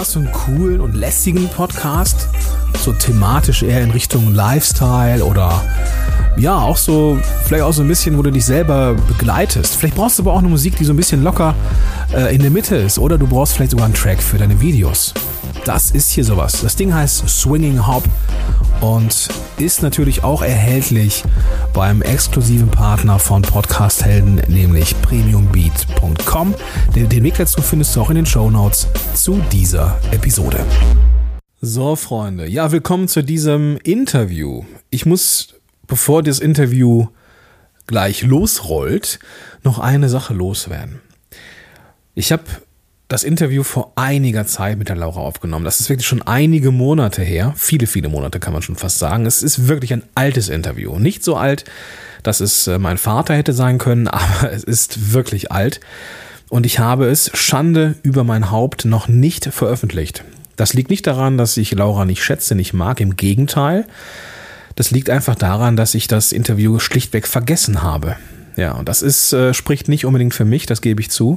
hast du einen coolen und lässigen Podcast, so thematisch eher in Richtung Lifestyle oder ja, auch so, vielleicht auch so ein bisschen, wo du dich selber begleitest. Vielleicht brauchst du aber auch eine Musik, die so ein bisschen locker in der Mitte ist, oder du brauchst vielleicht sogar einen Track für deine Videos. Das ist hier sowas. Das Ding heißt Swinging Hop und ist natürlich auch erhältlich beim exklusiven Partner von Podcast Helden, nämlich premiumbeat.com. Den Link dazu findest du auch in den Shownotes zu dieser Episode. So, Freunde, ja, willkommen zu diesem Interview. Ich muss, bevor das Interview gleich losrollt, noch eine Sache loswerden. Ich habe das Interview vor einiger Zeit mit der Laura aufgenommen. Das ist wirklich schon einige Monate her. Viele, viele Monate kann man schon fast sagen. Es ist wirklich ein altes Interview. Nicht so alt, dass es mein Vater hätte sein können, aber es ist wirklich alt. Und ich habe es, Schande über mein Haupt, noch nicht veröffentlicht. Das liegt nicht daran, dass ich Laura nicht schätze, nicht mag. Im Gegenteil. Das liegt einfach daran, dass ich das Interview schlichtweg vergessen habe. Ja, und das ist, spricht nicht unbedingt für mich, das gebe ich zu.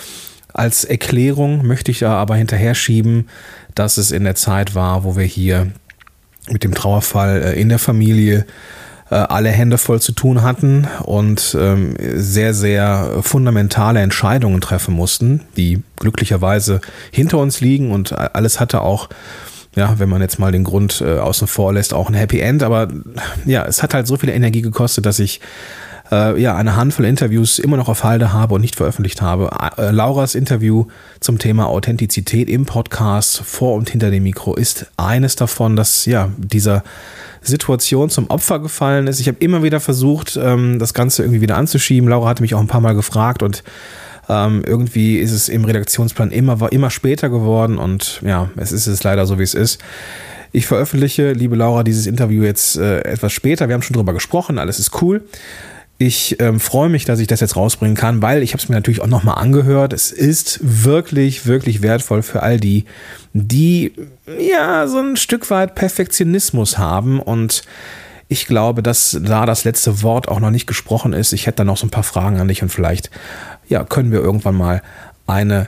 Als Erklärung möchte ich da aber hinterher schieben, dass es in der Zeit war, wo wir hier mit dem Trauerfall in der Familie alle Hände voll zu tun hatten und sehr, sehr fundamentale Entscheidungen treffen mussten, die glücklicherweise hinter uns liegen und alles hatte auch, ja, wenn man jetzt mal den Grund außen vor lässt, auch ein Happy End, aber ja, es hat halt so viel Energie gekostet, dass ich eine Handvoll Interviews immer noch auf Halde habe und nicht veröffentlicht habe. Lauras Interview zum Thema Authentizität im Podcast vor und hinter dem Mikro ist eines davon, das ja dieser Situation zum Opfer gefallen ist. Ich habe immer wieder versucht, das Ganze irgendwie wieder anzuschieben. Laura hatte mich auch ein paar Mal gefragt und irgendwie ist es im Redaktionsplan immer später geworden und ja, es ist leider so, wie es ist. Ich veröffentliche, liebe Laura, dieses Interview jetzt etwas später. Wir haben schon drüber gesprochen, alles ist cool. Ich freue mich, dass ich das jetzt rausbringen kann, weil ich habe es mir natürlich auch nochmal angehört. Es ist wirklich, wirklich wertvoll für all die ja so ein Stück weit Perfektionismus haben. Und ich glaube, dass da das letzte Wort auch noch nicht gesprochen ist. Ich hätte da noch so ein paar Fragen an dich und vielleicht ja, können wir irgendwann mal einen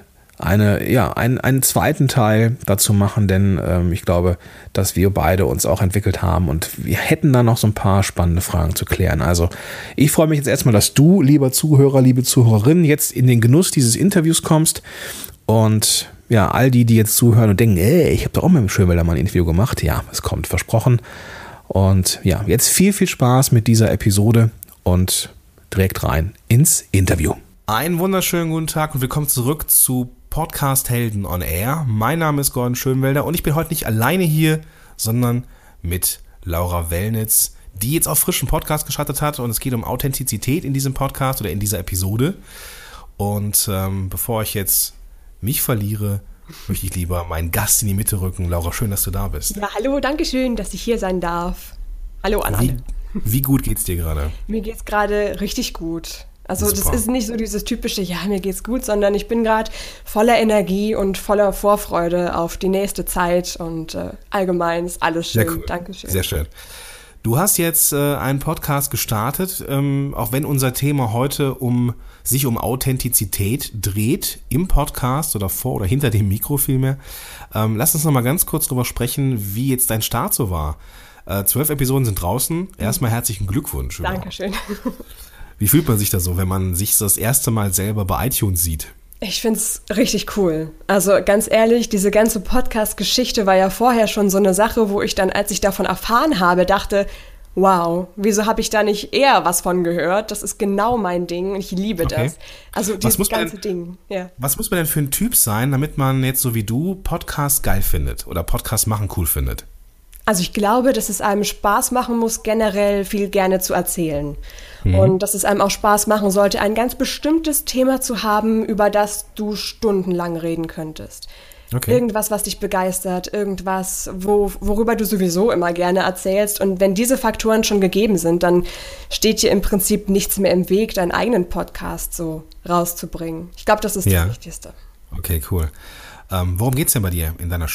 zweiten Teil dazu machen, denn ich glaube, dass wir beide uns auch entwickelt haben und wir hätten da noch so ein paar spannende Fragen zu klären. Also ich freue mich jetzt erstmal, dass du, lieber Zuhörer, liebe Zuhörerin, jetzt in den Genuss dieses Interviews kommst und ja, all die jetzt zuhören und denken, ich habe doch auch mit dem Schönwälder mal ein Interview gemacht. Ja, es kommt, versprochen. Und ja, jetzt viel, viel Spaß mit dieser Episode und direkt rein ins Interview. Einen wunderschönen guten Tag und willkommen zurück zu Podcast Helden on Air. Mein Name ist Gordon Schönwälder und ich bin heute nicht alleine hier, sondern mit Laura Wellnitz, die jetzt auf frischen Podcast gestartet hat und es geht um Authentizität in diesem Podcast oder in dieser Episode. Und bevor ich jetzt mich verliere, möchte ich lieber meinen Gast in die Mitte rücken. Laura, schön, dass du da bist. Ja, hallo, danke schön, dass ich hier sein darf. Hallo an alle. Wie gut geht's dir gerade? Mir geht's gerade richtig gut. Also Super. Das ist nicht so dieses typische, ja, mir geht's gut, sondern ich bin gerade voller Energie und voller Vorfreude auf die nächste Zeit und allgemein ist alles schön. Sehr cool. Dankeschön. Sehr schön. Du hast jetzt einen Podcast gestartet, auch wenn unser Thema heute sich um Authentizität dreht, im Podcast oder vor oder hinter dem Mikro vielmehr. Lass uns noch mal ganz kurz drüber sprechen, wie jetzt dein Start so war. 12 Episoden sind draußen. Erstmal herzlichen Glückwunsch. Dankeschön. Wie fühlt man sich da so, wenn man sich das erste Mal selber bei iTunes sieht? Ich find's richtig cool. Also ganz ehrlich, diese ganze Podcast-Geschichte war ja vorher schon so eine Sache, wo ich dann, als ich davon erfahren habe, dachte, wow, wieso habe ich da nicht eher was von gehört? Das ist genau mein Ding und ich liebe das. Also dieses ganze Ding. Ja. Was muss man denn für ein Typ sein, damit man jetzt so wie du Podcast geil findet oder Podcast machen cool findet? Also ich glaube, dass es einem Spaß machen muss, generell viel gerne zu erzählen. Und dass es einem auch Spaß machen sollte, ein ganz bestimmtes Thema zu haben, über das du stundenlang reden könntest. Okay. Irgendwas, was dich begeistert, irgendwas, worüber du sowieso immer gerne erzählst. Und wenn diese Faktoren schon gegeben sind, dann steht dir im Prinzip nichts mehr im Weg, deinen eigenen Podcast so rauszubringen. Ich glaube, das ist das Wichtigste. Okay, cool. Worum geht's denn bei dir in deiner Show?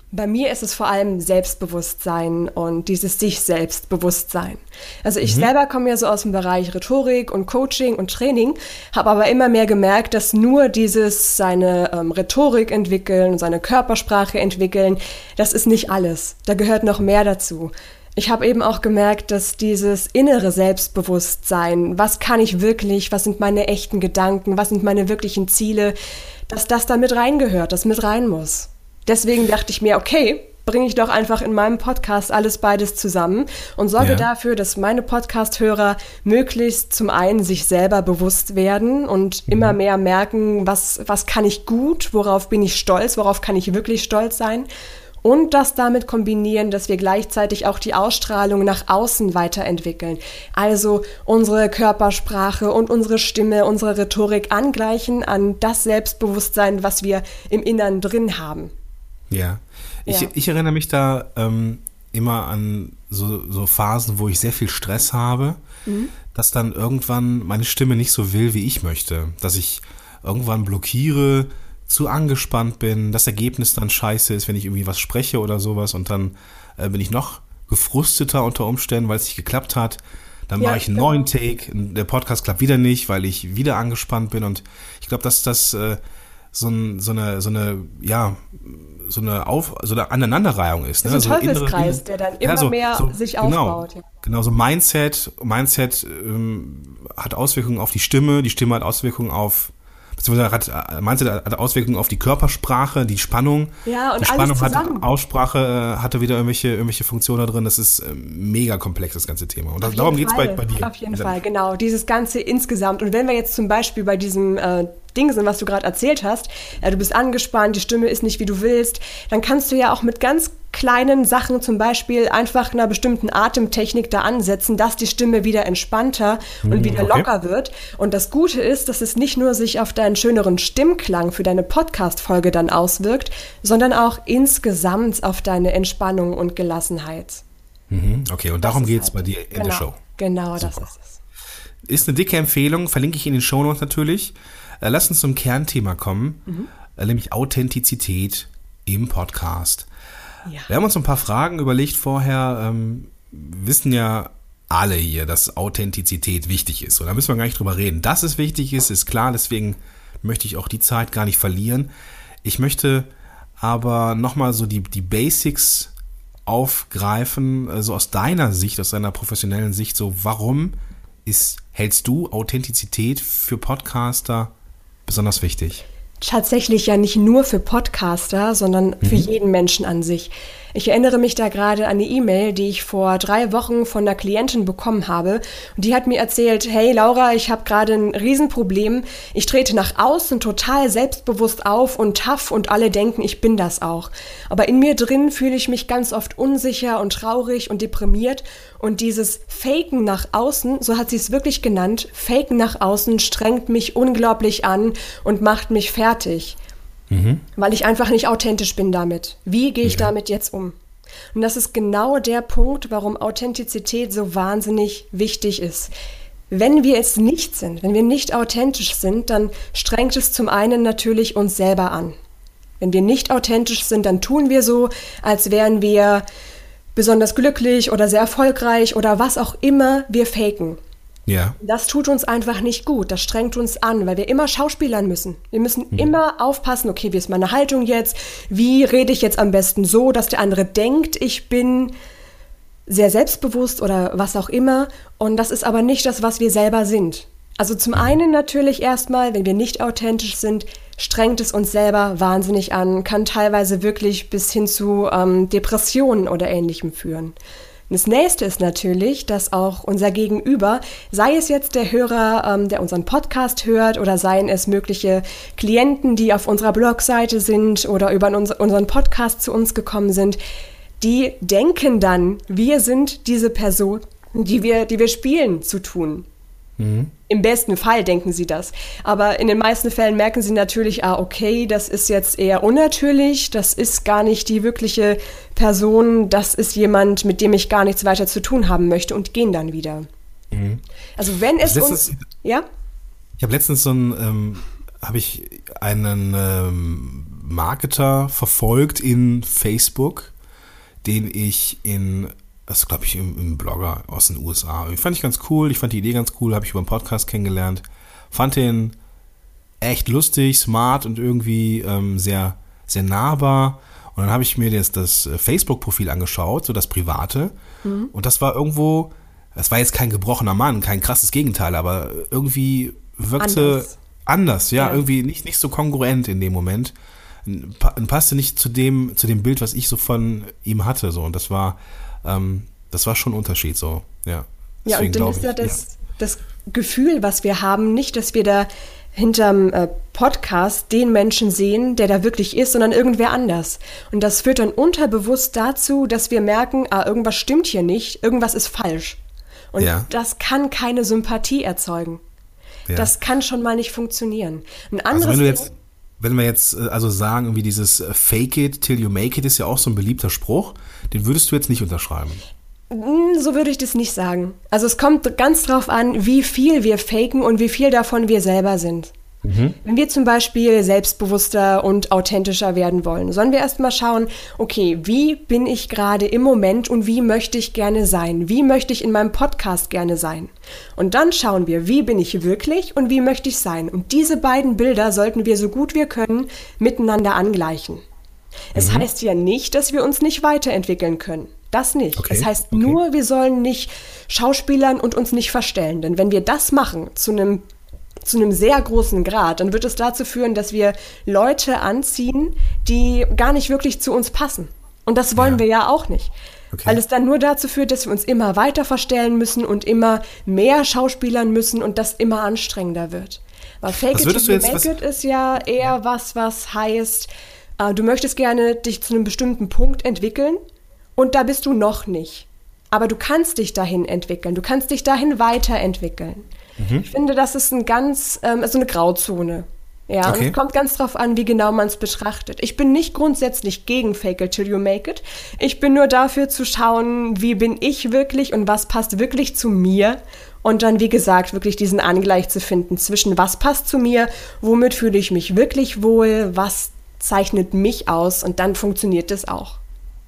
Bei mir ist es vor allem Selbstbewusstsein und dieses Sich-Selbst-Bewusstsein. Also ich selber komme ja so aus dem Bereich Rhetorik und Coaching und Training, habe aber immer mehr gemerkt, dass nur dieses seine Rhetorik entwickeln und seine Körpersprache entwickeln, das ist nicht alles. Da gehört noch mehr dazu. Ich habe eben auch gemerkt, dass dieses innere Selbstbewusstsein, was kann ich wirklich, was sind meine echten Gedanken, was sind meine wirklichen Ziele, dass das da mit reingehört, das mit rein muss. Deswegen dachte ich mir, okay, bringe ich doch einfach in meinem Podcast alles beides zusammen und sorge dafür, dass meine Podcast-Hörer möglichst zum einen sich selber bewusst werden und immer mehr merken, was kann ich gut, worauf bin ich stolz, worauf kann ich wirklich stolz sein und das damit kombinieren, dass wir gleichzeitig auch die Ausstrahlung nach außen weiterentwickeln. Also unsere Körpersprache und unsere Stimme, unsere Rhetorik angleichen an das Selbstbewusstsein, was wir im Inneren drin haben. Ja, ich erinnere mich da immer an so Phasen, wo ich sehr viel Stress habe, dass dann irgendwann meine Stimme nicht so will, wie ich möchte. Dass ich irgendwann blockiere, zu angespannt bin, das Ergebnis dann scheiße ist, wenn ich irgendwie was spreche oder sowas und dann bin ich noch gefrusteter unter Umständen, weil es nicht geklappt hat. Dann mache ich einen neuen Take, der Podcast klappt wieder nicht, weil ich wieder angespannt bin und ich glaube, dass das so eine Aneinanderreihung ist. Ne? Das ist ein Teufelskreis, der dann immer mehr sich aufbaut. Genau, so Mindset hat Auswirkungen auf die Stimme hat Auswirkungen auf, beziehungsweise Mindset hat Auswirkungen auf die Körpersprache, die Spannung. Ja, und die Spannung alles hat Aussprache, hatte wieder irgendwelche Funktionen da drin. Das ist mega komplex, das ganze Thema. Und darum geht es bei dir. Auf jeden Fall, genau. Dieses Ganze insgesamt. Und wenn wir jetzt zum Beispiel bei diesem Ding sind, was du gerade erzählt hast, du bist angespannt, die Stimme ist nicht, wie du willst, dann kannst du ja auch mit ganz kleinen Sachen zum Beispiel einfach einer bestimmten Atemtechnik da ansetzen, dass die Stimme wieder entspannter und wieder locker wird. Und das Gute ist, dass es nicht nur sich auf deinen schöneren Stimmklang für deine Podcast-Folge dann auswirkt, sondern auch insgesamt auf deine Entspannung und Gelassenheit. Okay, und darum geht es bei dir in der Show. Genau, super. Das ist es. Ist eine dicke Empfehlung, verlinke ich in den Shownotes natürlich. Lass uns zum Kernthema kommen, nämlich Authentizität im Podcast. Ja. Wir haben uns ein paar Fragen überlegt vorher, wissen ja alle hier, dass Authentizität wichtig ist. Und da müssen wir gar nicht drüber reden. Dass es wichtig ist klar, deswegen möchte ich auch die Zeit gar nicht verlieren. Ich möchte aber nochmal so die Basics aufgreifen, so aus deiner Sicht, aus deiner professionellen Sicht, so warum hältst du Authentizität für Podcaster besonders wichtig? Tatsächlich ja nicht nur für Podcaster, sondern für jeden Menschen an sich. Ich erinnere mich da gerade an eine E-Mail, die ich vor 3 Wochen von einer Klientin bekommen habe. Und die hat mir erzählt, hey Laura, ich habe gerade ein Riesenproblem. Ich trete nach außen total selbstbewusst auf und tough und alle denken, ich bin das auch. Aber in mir drin fühle ich mich ganz oft unsicher und traurig und deprimiert. Und dieses Faken nach außen, so hat sie es wirklich genannt, Faken nach außen strengt mich unglaublich an und macht mich fertig. Weil ich einfach nicht authentisch bin damit. Wie gehe ich damit jetzt um? Und das ist genau der Punkt, warum Authentizität so wahnsinnig wichtig ist. Wenn wir es nicht sind, wenn wir nicht authentisch sind, dann strengt es zum einen natürlich uns selber an. Wenn wir nicht authentisch sind, dann tun wir so, als wären wir besonders glücklich oder sehr erfolgreich oder was auch immer wir faken. Ja. Das tut uns einfach nicht gut, das strengt uns an, weil wir immer schauspielern müssen. Wir müssen immer aufpassen, okay, wie ist meine Haltung jetzt? Wie rede ich jetzt am besten so, dass der andere denkt, ich bin sehr selbstbewusst oder was auch immer. Und das ist aber nicht das, was wir selber sind. Also zum einen natürlich erstmal, wenn wir nicht authentisch sind, strengt es uns selber wahnsinnig an, kann teilweise wirklich bis hin zu Depressionen oder Ähnlichem führen. Das nächste ist natürlich, dass auch unser Gegenüber, sei es jetzt der Hörer, der unseren Podcast hört oder seien es mögliche Klienten, die auf unserer Blogseite sind oder über unseren Podcast zu uns gekommen sind, die denken dann, wir sind diese Person, die wir spielen, zu tun. Im besten Fall denken sie das. Aber in den meisten Fällen merken sie natürlich, okay, das ist jetzt eher unnatürlich, das ist gar nicht die wirkliche Person, das ist jemand, mit dem ich gar nichts weiter zu tun haben möchte und gehen dann wieder. Also wenn es uns... Ja? Ich habe letztens habe ich einen Marketer verfolgt in Facebook, den ich das glaube ich im Blogger aus den USA. Fand ich ganz cool, ich fand die Idee ganz cool, habe ich über einen Podcast kennengelernt. Fand den echt lustig, smart und irgendwie sehr, sehr nahbar. Und dann habe ich mir das Facebook-Profil angeschaut, so das Private. Mhm. Und das war irgendwo, das war jetzt kein gebrochener Mann, kein krasses Gegenteil, aber irgendwie wirkte anders, ja, irgendwie nicht so kongruent in dem Moment. Passte nicht zu dem Bild, was ich so von ihm hatte. So. Und das war schon ein Unterschied. So. Ja, ja, und dann ist ja das Gefühl, was wir haben, nicht, dass wir da hinterm Podcast den Menschen sehen, der da wirklich ist, sondern irgendwer anders. Und das führt dann unterbewusst dazu, dass wir merken, irgendwas stimmt hier nicht, irgendwas ist falsch. Und das kann keine Sympathie erzeugen. Ja. Das kann schon mal nicht funktionieren. Ein anderes wenn wir jetzt also sagen, irgendwie dieses Fake it till you make it ist ja auch so ein beliebter Spruch, den würdest du jetzt nicht unterschreiben. So würde ich das nicht sagen. Also es kommt ganz drauf an, wie viel wir faken und wie viel davon wir selber sind. Mhm. Wenn wir zum Beispiel selbstbewusster und authentischer werden wollen, sollen wir erstmal schauen, okay, wie bin ich gerade im Moment und wie möchte ich gerne sein? Wie möchte ich in meinem Podcast gerne sein? Und dann schauen wir, wie bin ich wirklich und wie möchte ich sein? Und diese beiden Bilder sollten wir so gut wir können miteinander angleichen. Es heißt ja nicht, dass wir uns nicht weiterentwickeln können. Das nicht. Okay. Es heißt nur, wir sollen nicht schauspielern und uns nicht verstellen. Denn wenn wir das machen zu einem sehr großen Grad, dann wird es dazu führen, dass wir Leute anziehen, die gar nicht wirklich zu uns passen. Und das wollen wir ja auch nicht. Okay. Weil es dann nur dazu führt, dass wir uns immer weiter verstellen müssen und immer mehr schauspielern müssen und das immer anstrengender wird. Weil Fake it till you make it ist ja eher was heißt, du möchtest gerne dich zu einem bestimmten Punkt entwickeln und da bist du noch nicht. Aber du kannst dich dahin entwickeln, du kannst dich dahin weiterentwickeln. Mhm. Ich finde, das ist so eine Grauzone. Ja, und es kommt ganz drauf an, wie genau man es betrachtet. Ich bin nicht grundsätzlich gegen Fake it till you make it. Ich bin nur dafür zu schauen, wie bin ich wirklich und was passt wirklich zu mir. Und dann, wie gesagt, wirklich diesen Angleich zu finden zwischen was passt zu mir, womit fühle ich mich wirklich wohl, was zeichnet mich aus und dann funktioniert das auch.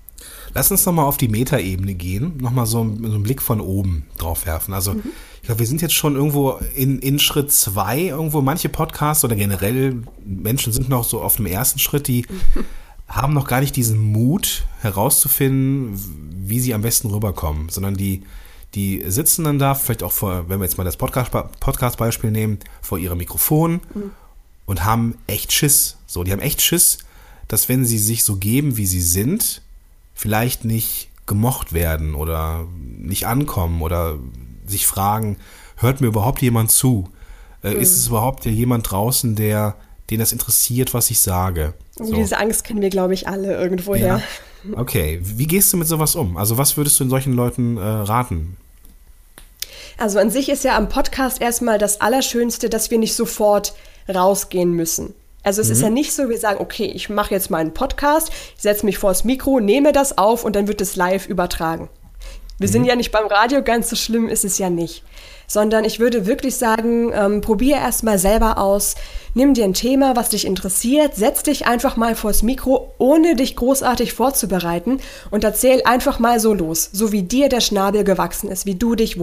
Lass uns nochmal auf die Metaebene gehen, nochmal so einen Blick von oben drauf werfen. Also ich glaube, wir sind jetzt schon irgendwo in Schritt 2, irgendwo manche Podcasts oder generell Menschen sind noch so auf dem ersten Schritt, die haben noch gar nicht diesen Mut herauszufinden, wie sie am besten rüberkommen, sondern die sitzen dann da, vielleicht auch vor, wenn wir jetzt mal das Podcast-Beispiel nehmen, vor ihrem Mikrofon und haben echt Schiss. So, die haben echt Schiss, dass wenn sie sich so geben, wie sie sind, vielleicht nicht gemocht werden oder nicht ankommen oder sich fragen, hört mir überhaupt jemand zu? Ist es überhaupt jemand draußen, den das interessiert, was ich sage? So. Diese Angst kennen wir, glaube ich, alle irgendwoher. Ja. Okay, wie gehst du mit sowas um? Also was würdest du in solchen Leuten raten? Also an sich ist ja am Podcast erstmal das Allerschönste, dass wir nicht sofort rausgehen müssen. Also es ist ja nicht so, wir sagen, okay, ich mache jetzt mal einen Podcast, ich setze mich vors Mikro, nehme das auf und dann wird es live übertragen. Wir sind ja nicht beim Radio, ganz so schlimm ist es ja nicht. Sondern ich würde wirklich sagen, probier erst mal selber aus, nimm dir ein Thema, was dich interessiert, setz dich einfach mal vors Mikro, ohne dich großartig vorzubereiten und erzähl einfach mal so los, so wie dir der Schnabel gewachsen ist, wie du dich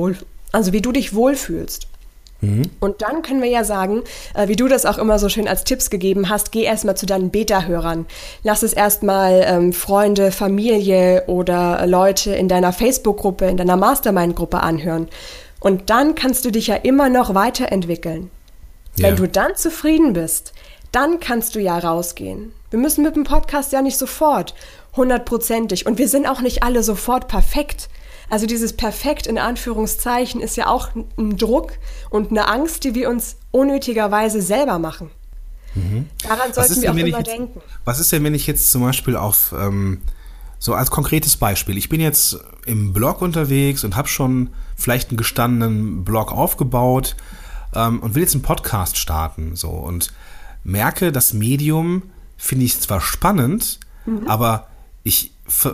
wohlfühlst. Und dann können wir ja sagen, wie du das auch immer so schön als Tipps gegeben hast, geh erstmal zu deinen Beta-Hörern. Lass es erstmal Freunde, Familie oder Leute in deiner Facebook-Gruppe, in deiner Mastermind-Gruppe anhören. Und dann kannst du dich ja immer noch weiterentwickeln. Yeah. Wenn du dann zufrieden bist, dann kannst du ja rausgehen. Wir müssen mit dem Podcast ja nicht sofort 100%ig und wir sind auch nicht alle sofort perfekt. Also dieses Perfekt in Anführungszeichen ist ja auch ein Druck und eine Angst, die wir uns unnötigerweise selber machen. Daran sollten wir auch immer denken. Was ist denn, wenn ich jetzt zum Beispiel auf, so als konkretes Beispiel, ich bin jetzt im Blog unterwegs und habe schon vielleicht einen gestandenen Blog aufgebaut und will jetzt einen Podcast starten so und merke, das Medium finde ich zwar spannend, aber ich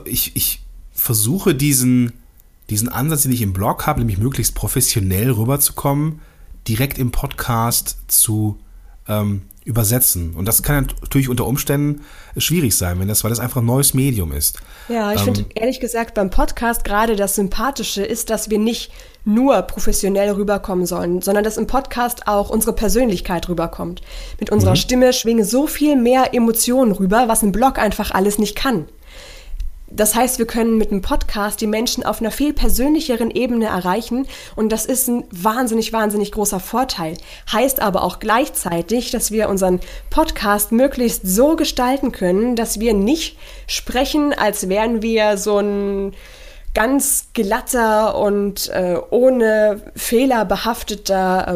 versuche diesen Ansatz, den ich im Blog habe, nämlich möglichst professionell rüberzukommen, direkt im Podcast zu übersetzen. Und das kann natürlich unter Umständen schwierig sein, weil das einfach ein neues Medium ist. Ja, ich finde ehrlich gesagt beim Podcast gerade das Sympathische ist, dass wir nicht nur professionell rüberkommen sollen, sondern dass im Podcast auch unsere Persönlichkeit rüberkommt. Mit unserer Stimme schwingen so viel mehr Emotionen rüber, was ein Blog einfach alles nicht kann. Das heißt, wir können mit einem Podcast die Menschen auf einer viel persönlicheren Ebene erreichen und das ist ein wahnsinnig, wahnsinnig großer Vorteil. Heißt aber auch gleichzeitig, dass wir unseren Podcast möglichst so gestalten können, dass wir nicht sprechen, als wären wir so ein ganz glatter und ohne Fehler behafteter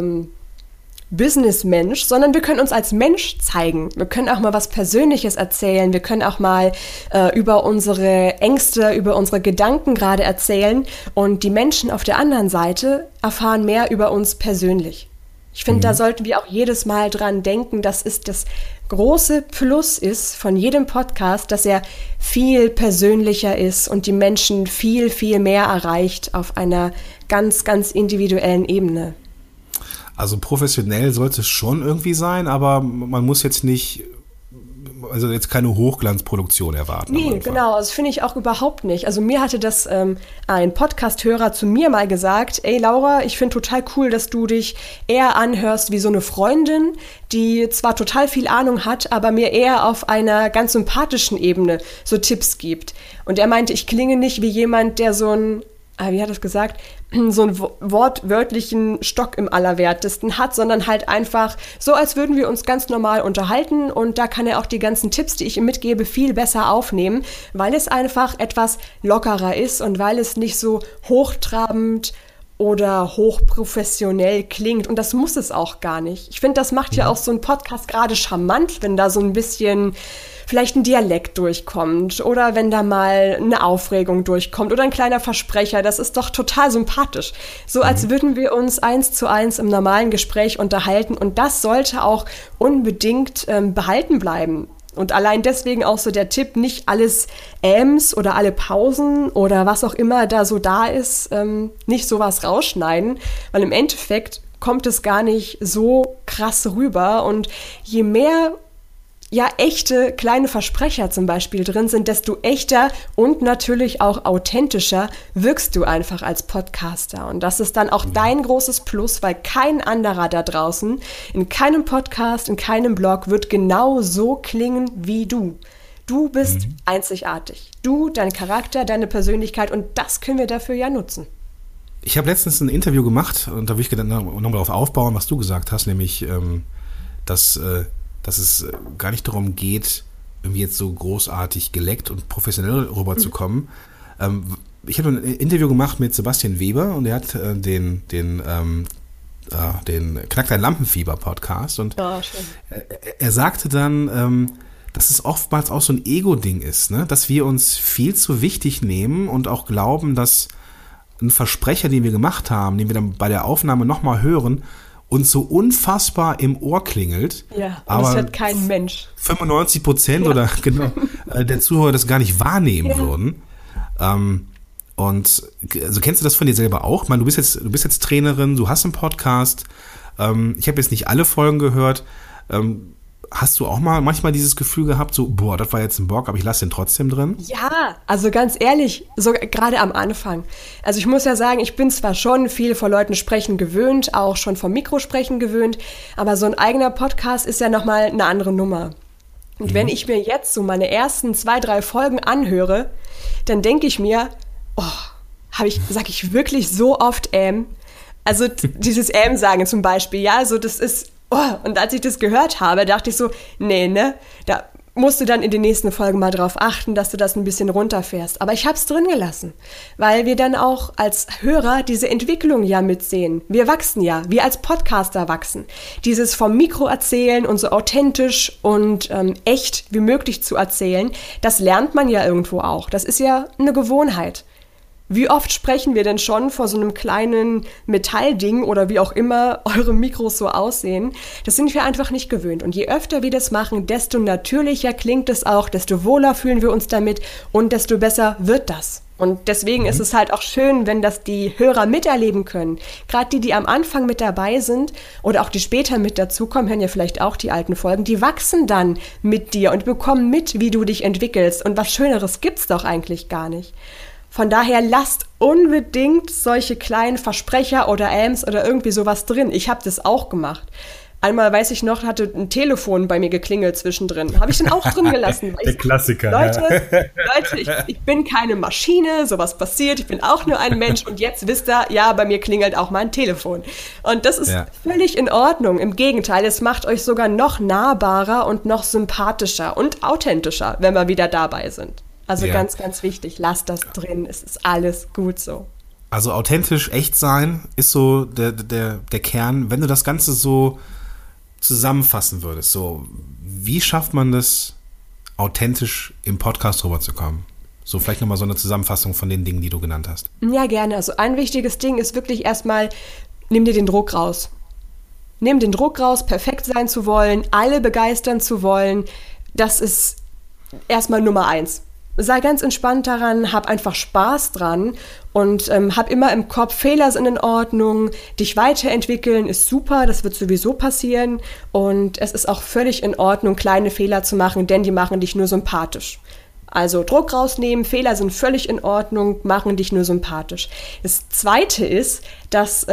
Businessmensch, sondern wir können uns als Mensch zeigen. Wir können auch mal was Persönliches erzählen. Wir können auch mal über unsere Ängste, über unsere Gedanken gerade erzählen. Und die Menschen auf der anderen Seite erfahren mehr über uns persönlich. Ich finde, da sollten wir auch jedes Mal dran denken, dass es das große Plus ist von jedem Podcast, dass er viel persönlicher ist und die Menschen viel, viel mehr erreicht auf einer ganz, ganz individuellen Ebene. Also professionell sollte es schon irgendwie sein, aber man muss jetzt nicht, also jetzt keine Hochglanzproduktion erwarten. Nee, genau, also finde ich auch überhaupt nicht. Also mir hatte das ein Podcast-Hörer zu mir mal gesagt, ey Laura, ich finde total cool, dass du dich eher anhörst wie so eine Freundin, die zwar total viel Ahnung hat, aber mir eher auf einer ganz sympathischen Ebene so Tipps gibt. Und er meinte, ich klinge nicht wie jemand, der so ein, wie hat er das gesagt, so einen wortwörtlichen Stock im Allerwertesten hat, sondern halt einfach so, als würden wir uns ganz normal unterhalten und da kann er auch die ganzen Tipps, die ich ihm mitgebe, viel besser aufnehmen, weil es einfach etwas lockerer ist und weil es nicht so hochtrabend oder hochprofessionell klingt und das muss es auch gar nicht. Ich finde, das macht ja auch so ein Podcast gerade charmant, wenn da so ein bisschen vielleicht ein Dialekt durchkommt oder wenn da mal eine Aufregung durchkommt oder ein kleiner Versprecher, das ist doch total sympathisch. So als würden wir uns 1:1 im normalen Gespräch unterhalten und das sollte auch unbedingt behalten bleiben. Und allein deswegen auch so der Tipp, nicht alles Äms oder alle Pausen oder was auch immer da so da ist, nicht sowas rausschneiden, weil im Endeffekt kommt es gar nicht so krass rüber und je mehr echte kleine Versprecher zum Beispiel drin sind, desto echter und natürlich auch authentischer wirkst du einfach als Podcaster. Und das ist dann auch dein großes Plus, weil kein anderer da draußen, in keinem Podcast, in keinem Blog wird genau so klingen wie du. Du bist einzigartig. Du, dein Charakter, deine Persönlichkeit und das können wir dafür ja nutzen. Ich habe letztens ein Interview gemacht und da will ich nochmal darauf aufbauen, was du gesagt hast, nämlich, dass es gar nicht darum geht, irgendwie jetzt so großartig geleckt und professionell rüberzukommen. Ich habe ein Interview gemacht mit Sebastian Weber und er hat den Knack dein Lampenfieber Podcast und er sagte dann, dass es oftmals auch so ein Ego-Ding ist, ne? Dass wir uns viel zu wichtig nehmen und auch glauben, dass ein Versprecher, den wir gemacht haben, den wir dann bei der Aufnahme nochmal hören, uns so unfassbar im Ohr klingelt. Ja, aber das hört kein Mensch. 95% oder genau der Zuhörer das gar nicht wahrnehmen würden. Und also kennst du das von dir selber auch? Ich meine, du bist jetzt Trainerin, du hast einen Podcast. Ich habe jetzt nicht alle Folgen gehört. Hast du auch manchmal dieses Gefühl gehabt, so, boah, das war jetzt ein Bock, aber ich lasse den trotzdem drin? Ja, also ganz ehrlich, so gerade am Anfang. Also ich muss ja sagen, ich bin zwar schon viel vor Leuten sprechen gewöhnt, auch schon vom Mikro sprechen gewöhnt, aber so ein eigener Podcast ist ja nochmal eine andere Nummer. Und wenn ich mir jetzt so meine ersten 2, 3 Folgen anhöre, dann denke ich mir, sag ich wirklich so oft Also dieses sagen zum Beispiel, ja, so das ist, und als ich das gehört habe, dachte ich so, da musst du dann in den nächsten Folgen mal drauf achten, dass du das ein bisschen runterfährst. Aber ich habe es drin gelassen, weil wir dann auch als Hörer diese Entwicklung ja mitsehen. Wir wachsen ja, wir als Podcaster wachsen. Dieses vom Mikro erzählen und so authentisch und echt wie möglich zu erzählen, das lernt man ja irgendwo auch. Das ist ja eine Gewohnheit. Wie oft sprechen wir denn schon vor so einem kleinen Metallding oder wie auch immer eure Mikros so aussehen? Das sind wir einfach nicht gewöhnt. Und je öfter wir das machen, desto natürlicher klingt es auch, desto wohler fühlen wir uns damit und desto besser wird das. Und deswegen ist es halt auch schön, wenn das die Hörer miterleben können. Gerade die am Anfang mit dabei sind oder auch die später mit dazukommen, hören ja vielleicht auch die alten Folgen, die wachsen dann mit dir und bekommen mit, wie du dich entwickelst. Und was Schöneres gibt's doch eigentlich gar nicht. Von daher lasst unbedingt solche kleinen Versprecher oder Ams oder irgendwie sowas drin. Ich habe das auch gemacht. Einmal, weiß ich noch, hatte ein Telefon bei mir geklingelt zwischendrin. Habe ich dann auch drin gelassen. Der Klassiker. Leute, ich bin keine Maschine, sowas passiert, ich bin auch nur ein Mensch und jetzt wisst ihr, ja, bei mir klingelt auch mein Telefon. Und das ist völlig in Ordnung. Im Gegenteil, es macht euch sogar noch nahbarer und noch sympathischer und authentischer, wenn wir wieder dabei sind. Also ganz, ganz wichtig, lasst das drin, es ist alles gut so. Also authentisch, echt sein ist so der Kern. Wenn du das Ganze so zusammenfassen würdest, so wie schafft man das, authentisch im Podcast rüberzukommen? So vielleicht nochmal so eine Zusammenfassung von den Dingen, die du genannt hast. Ja, gerne. Also ein wichtiges Ding ist wirklich erstmal, nimm dir den Druck raus. Nimm den Druck raus, perfekt sein zu wollen, alle begeistern zu wollen. Das ist erstmal Nummer 1. Sei ganz entspannt daran, hab einfach Spaß dran und hab immer im Kopf, Fehler sind in Ordnung, dich weiterentwickeln ist super, das wird sowieso passieren und es ist auch völlig in Ordnung, kleine Fehler zu machen, denn die machen dich nur sympathisch. Also Druck rausnehmen, Fehler sind völlig in Ordnung, machen dich nur sympathisch. Das Zweite ist, dass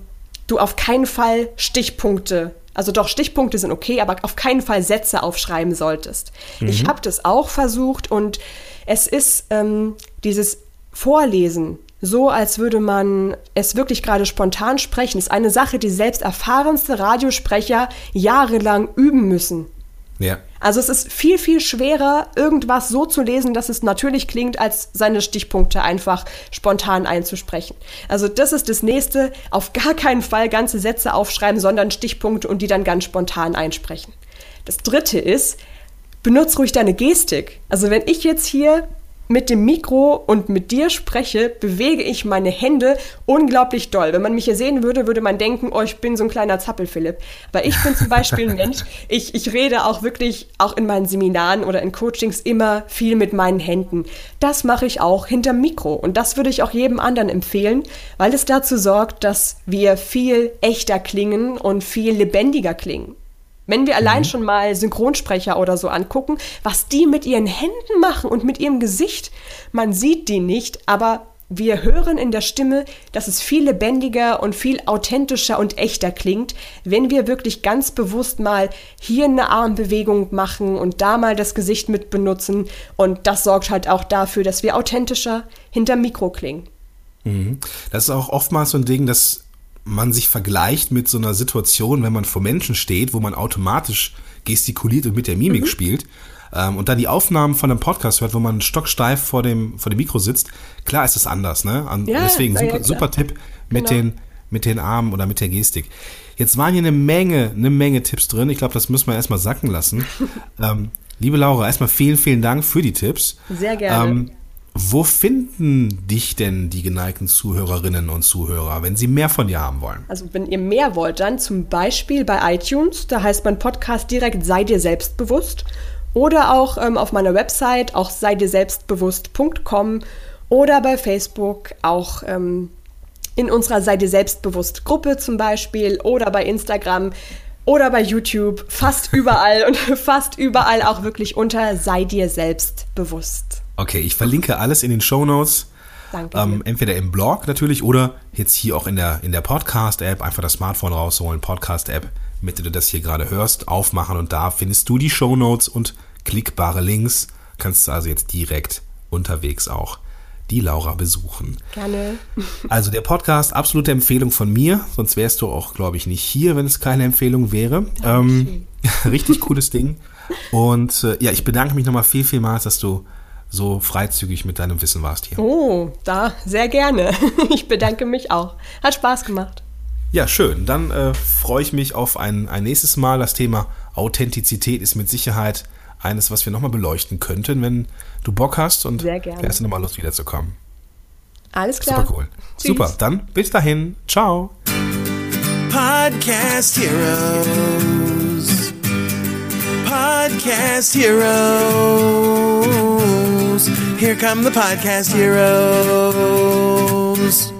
du auf keinen Fall Stichpunkte, also doch, Stichpunkte sind okay, aber auf keinen Fall Sätze aufschreiben solltest. Ich habe das auch versucht und es ist dieses Vorlesen, so als würde man es wirklich gerade spontan sprechen, ist eine Sache, die selbst erfahrenste Radiosprecher jahrelang üben müssen. Ja. Also es ist viel, viel schwerer, irgendwas so zu lesen, dass es natürlich klingt, als seine Stichpunkte einfach spontan einzusprechen. Also das ist das Nächste. Auf gar keinen Fall ganze Sätze aufschreiben, sondern Stichpunkte und die dann ganz spontan einsprechen. Das Dritte ist, benutz ruhig deine Gestik. Also wenn ich jetzt hier mit dem Mikro und mit dir spreche, bewege ich meine Hände unglaublich doll. Wenn man mich hier sehen würde, würde man denken, oh, ich bin so ein kleiner Zappel-Philipp. Aber ich bin zum Beispiel ein Mensch, ich rede auch wirklich, auch in meinen Seminaren oder in Coachings immer viel mit meinen Händen. Das mache ich auch hinterm Mikro. Und das würde ich auch jedem anderen empfehlen, weil es dazu sorgt, dass wir viel echter klingen und viel lebendiger klingen. Wenn wir allein schon mal Synchronsprecher oder so angucken, was die mit ihren Händen machen und mit ihrem Gesicht, man sieht die nicht, aber wir hören in der Stimme, dass es viel lebendiger und viel authentischer und echter klingt, wenn wir wirklich ganz bewusst mal hier eine Armbewegung machen und da mal das Gesicht mit benutzen. Und das sorgt halt auch dafür, dass wir authentischer hinterm Mikro klingen. Das ist auch oftmals so ein Ding, dass man sich vergleicht mit so einer Situation, wenn man vor Menschen steht, wo man automatisch gestikuliert und mit der Mimik spielt und dann die Aufnahmen von einem Podcast hört, wo man stocksteif vor dem Mikro sitzt. Klar ist es anders, ne? Deswegen super Tipp mit den Armen oder mit der Gestik. Jetzt waren hier eine Menge Tipps drin. Ich glaube, das müssen wir erstmal sacken lassen. Liebe Laura, erstmal vielen, vielen Dank für die Tipps. Sehr gerne. Wo finden dich denn die geneigten Zuhörerinnen und Zuhörer, wenn sie mehr von dir haben wollen? Also wenn ihr mehr wollt, dann zum Beispiel bei iTunes, da heißt mein Podcast direkt Sei dir selbstbewusst oder auch auf meiner Website, auch seidirselbstbewusst.com oder bei Facebook auch in unserer Sei dir selbstbewusst Gruppe zum Beispiel oder bei Instagram oder bei YouTube, fast überall und fast überall auch wirklich unter Sei dir selbstbewusst. Okay, ich verlinke alles in den Shownotes. Danke. Entweder im Blog natürlich oder jetzt hier auch in der Podcast-App. Einfach das Smartphone rausholen, Podcast-App, mit der du das hier gerade hörst, aufmachen und da findest du die Shownotes und klickbare Links. Kannst du also jetzt direkt unterwegs auch die Laura besuchen. Gerne. Also der Podcast, absolute Empfehlung von mir. Sonst wärst du auch, glaube ich, nicht hier, wenn es keine Empfehlung wäre. Richtig cooles Ding. Und ich bedanke mich nochmal vielmals, dass du so freizügig mit deinem Wissen warst hier. Oh, sehr gerne. Ich bedanke mich auch. Hat Spaß gemacht. Ja, schön. Dann freue ich mich auf ein nächstes Mal. Das Thema Authentizität ist mit Sicherheit eines, was wir nochmal beleuchten könnten, wenn du Bock hast und sehr gerne. wärst du nochmal Lust wiederzukommen. Alles klar. Super cool. Tschüss. Super, dann bis dahin. Ciao. Podcast Heroes. Podcast Heroes. Here come the Podcast Heroes.